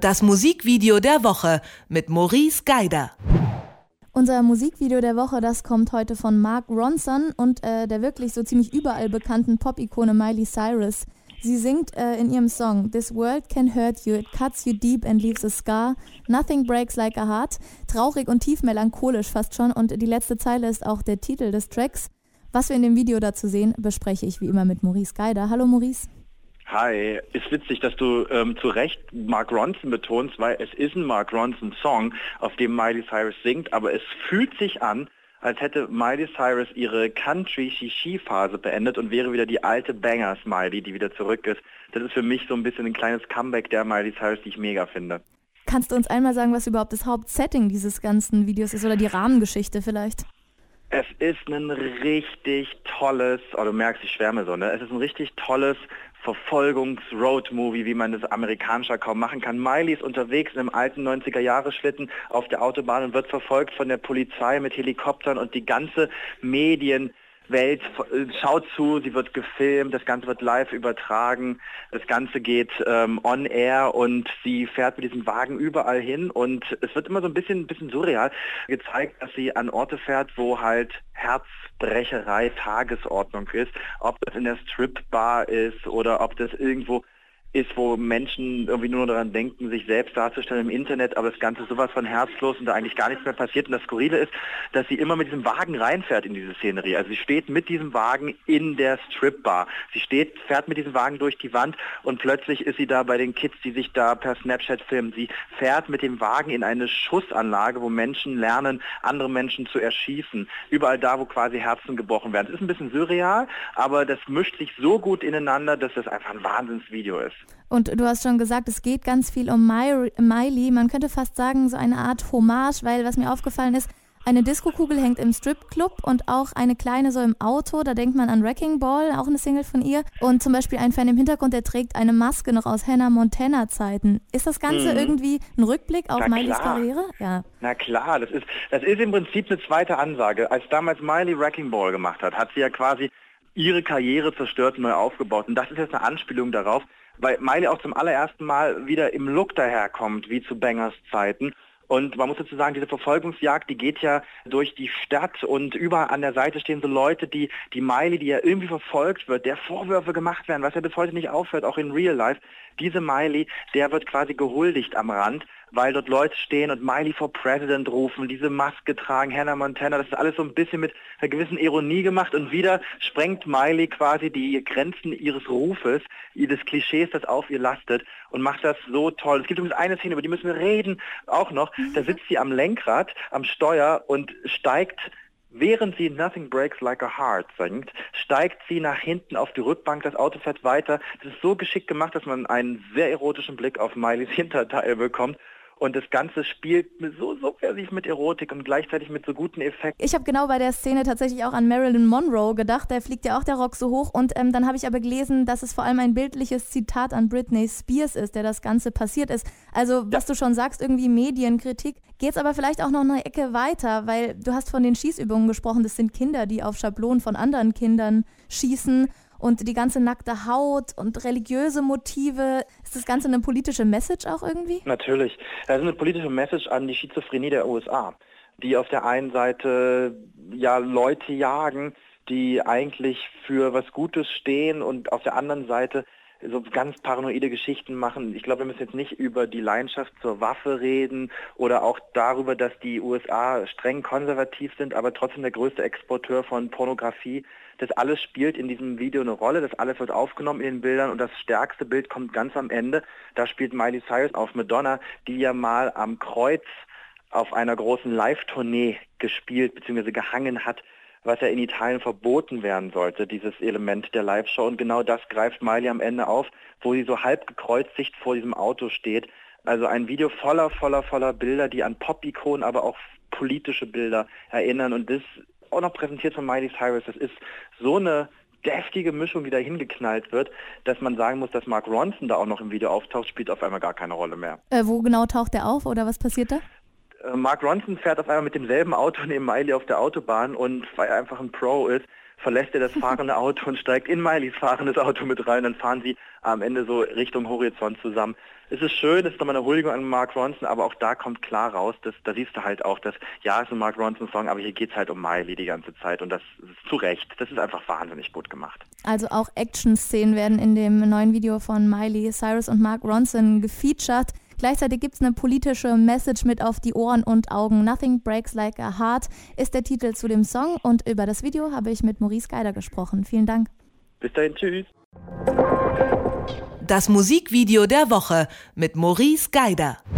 Das Musikvideo der Woche mit Maurice Geider. Unser Musikvideo der Woche, das kommt heute von Mark Ronson und der wirklich so ziemlich überall bekannten Pop-Ikone Miley Cyrus. Sie singt in ihrem Song "This world can hurt you, it cuts you deep and leaves a scar. Nothing breaks like a heart." Traurig und tief melancholisch fast schon, und die letzte Zeile ist auch der Titel des Tracks. Was wir in dem Video dazu sehen, bespreche ich wie immer mit Maurice Geider. Hallo Maurice. Hi, ist witzig, dass du zu Recht Mark Ronson betonst, weil es ist ein Mark Ronson-Song, auf dem Miley Cyrus singt, aber es fühlt sich an, als hätte Miley Cyrus ihre Country-Shishi-Phase beendet und wäre wieder die alte Banger-Smiley, die wieder zurück ist. Das ist für mich so ein bisschen ein kleines Comeback der Miley Cyrus, die ich mega finde. Kannst du uns einmal sagen, was überhaupt das Hauptsetting dieses ganzen Videos ist oder die Rahmengeschichte vielleicht? Es ist ein richtig tolles, du merkst, ich schwärme so, ne? Es ist ein richtig tolles Verfolgungs-Road-Movie, wie man das amerikanischer kaum machen kann. Miley ist unterwegs in einem alten 90er-Jahre-Schlitten auf der Autobahn und wird verfolgt von der Polizei mit Helikoptern, und die ganze Medienwelt schaut zu, sie wird gefilmt, das Ganze wird live übertragen, das Ganze geht on air und sie fährt mit diesem Wagen überall hin, und es wird immer so ein bisschen surreal gezeigt, dass sie an Orte fährt, wo halt Herzbrecherei Tagesordnung ist, ob das in der Strip-Bar ist oder ob das irgendwo ist, wo Menschen irgendwie nur daran denken, sich selbst darzustellen im Internet, aber das Ganze ist sowas von herzlos und da eigentlich gar nichts mehr passiert. Und das Skurrile ist, dass sie immer mit diesem Wagen reinfährt in diese Szenerie. Also sie steht mit diesem Wagen in der Strip-Bar. Sie fährt mit diesem Wagen durch die Wand, und plötzlich ist sie da bei den Kids, die sich da per Snapchat filmen. Sie fährt mit dem Wagen in eine Schussanlage, wo Menschen lernen, andere Menschen zu erschießen. Überall da, wo quasi Herzen gebrochen werden. Es ist ein bisschen surreal, aber das mischt sich so gut ineinander, dass das einfach ein Wahnsinnsvideo ist. Und du hast schon gesagt, es geht ganz viel um Miley. Man könnte fast sagen, so eine Art Hommage, weil was mir aufgefallen ist, eine Diskokugel hängt im Stripclub und auch eine kleine so im Auto. Da denkt man an Wrecking Ball, auch eine Single von ihr. Und zum Beispiel ein Fan im Hintergrund, der trägt eine Maske noch aus Hannah Montana-Zeiten. Ist das Ganze irgendwie ein Rückblick auf Mileys Karriere? Ja. Na klar, das ist im Prinzip eine zweite Ansage. Als damals Miley Wrecking Ball gemacht hat sie ja quasi ihre Karriere zerstört und neu aufgebaut. Und das ist jetzt eine Anspielung darauf, weil Miley auch zum allerersten Mal wieder im Look daherkommt, wie zu Bangers Zeiten. Und man muss dazu sagen, diese Verfolgungsjagd, die geht ja durch die Stadt, und überall an der Seite stehen so Leute, die Miley, die ja irgendwie verfolgt wird, der Vorwürfe gemacht werden, was ja bis heute nicht aufhört, auch in Real Life. Diese Miley, der wird quasi gehuldigt am Rand, weil dort Leute stehen und Miley for President rufen, diese Maske tragen, Hannah Montana, das ist alles so ein bisschen mit einer gewissen Ironie gemacht, und wieder sprengt Miley quasi die Grenzen ihres Rufes, des Klischees, das auf ihr lastet, und macht das so toll. Es gibt übrigens eine Szene, über die müssen wir reden, auch noch, da sitzt sie am Lenkrad, am Steuer und steigt, während sie Nothing Breaks Like a Heart singt, steigt sie nach hinten auf die Rückbank, das Auto fährt weiter. Das ist so geschickt gemacht, dass man einen sehr erotischen Blick auf Mileys Hinterteil bekommt. Und das Ganze spielt so subversiv mit Erotik und gleichzeitig mit so guten Effekten. Ich habe genau bei der Szene tatsächlich auch an Marilyn Monroe gedacht. Da fliegt ja auch der Rock so hoch. Und dann habe ich aber gelesen, dass es vor allem ein bildliches Zitat an Britney Spears ist, der das Ganze passiert ist. Also, was du schon sagst, irgendwie Medienkritik. Geht's aber vielleicht auch noch eine Ecke weiter, weil du hast von den Schießübungen gesprochen. Das sind Kinder, die auf Schablonen von anderen Kindern schießen. Und die ganze nackte Haut und religiöse Motive. Ist das Ganze eine politische Message auch irgendwie? Natürlich. Das ist eine politische Message an die Schizophrenie der USA, die auf der einen Seite ja Leute jagen, die eigentlich für was Gutes stehen, und auf der anderen Seite so ganz paranoide Geschichten machen. Ich glaube, wir müssen jetzt nicht über die Leidenschaft zur Waffe reden oder auch darüber, dass die USA streng konservativ sind, aber trotzdem der größte Exporteur von Pornografie. Das alles spielt in diesem Video eine Rolle, das alles wird aufgenommen in den Bildern, und das stärkste Bild kommt ganz am Ende. Da spielt Miley Cyrus auf Madonna, die ja mal am Kreuz auf einer großen Live-Tournee gespielt bzw. gehangen hat, was ja in Italien verboten werden sollte, dieses Element der Live-Show. Und genau das greift Miley am Ende auf, wo sie so halb gekreuzigt vor diesem Auto steht. Also ein Video voller Bilder, die an Pop-Ikonen, aber auch politische Bilder erinnern. Und das auch noch präsentiert von Miley Cyrus. Das ist so eine deftige Mischung, die da hingeknallt wird, dass man sagen muss, dass Mark Ronson da auch noch im Video auftaucht, spielt auf einmal gar keine Rolle mehr. Wo genau taucht er auf oder was passiert da? Mark Ronson fährt auf einmal mit demselben Auto neben Miley auf der Autobahn, und weil er einfach ein Pro ist, verlässt er das fahrende Auto und steigt in Mileys fahrendes Auto mit rein. Dann fahren sie am Ende so Richtung Horizont zusammen. Es ist schön, es ist nochmal eine Huldigung an Mark Ronson, aber auch da kommt klar raus, da siehst du halt auch, dass, ja, es ist ein Mark Ronson-Song, aber hier geht es halt um Miley die ganze Zeit und das ist zu Recht. Das ist einfach wahnsinnig gut gemacht. Also auch Action-Szenen werden in dem neuen Video von Miley Cyrus und Mark Ronson gefeatured. Gleichzeitig gibt es eine politische Message mit auf die Ohren und Augen. Nothing Breaks Like a Heart ist der Titel zu dem Song und über das Video habe ich mit Maurice Geider gesprochen. Vielen Dank. Bis dahin, tschüss. Das Musikvideo der Woche mit Maurice Geider.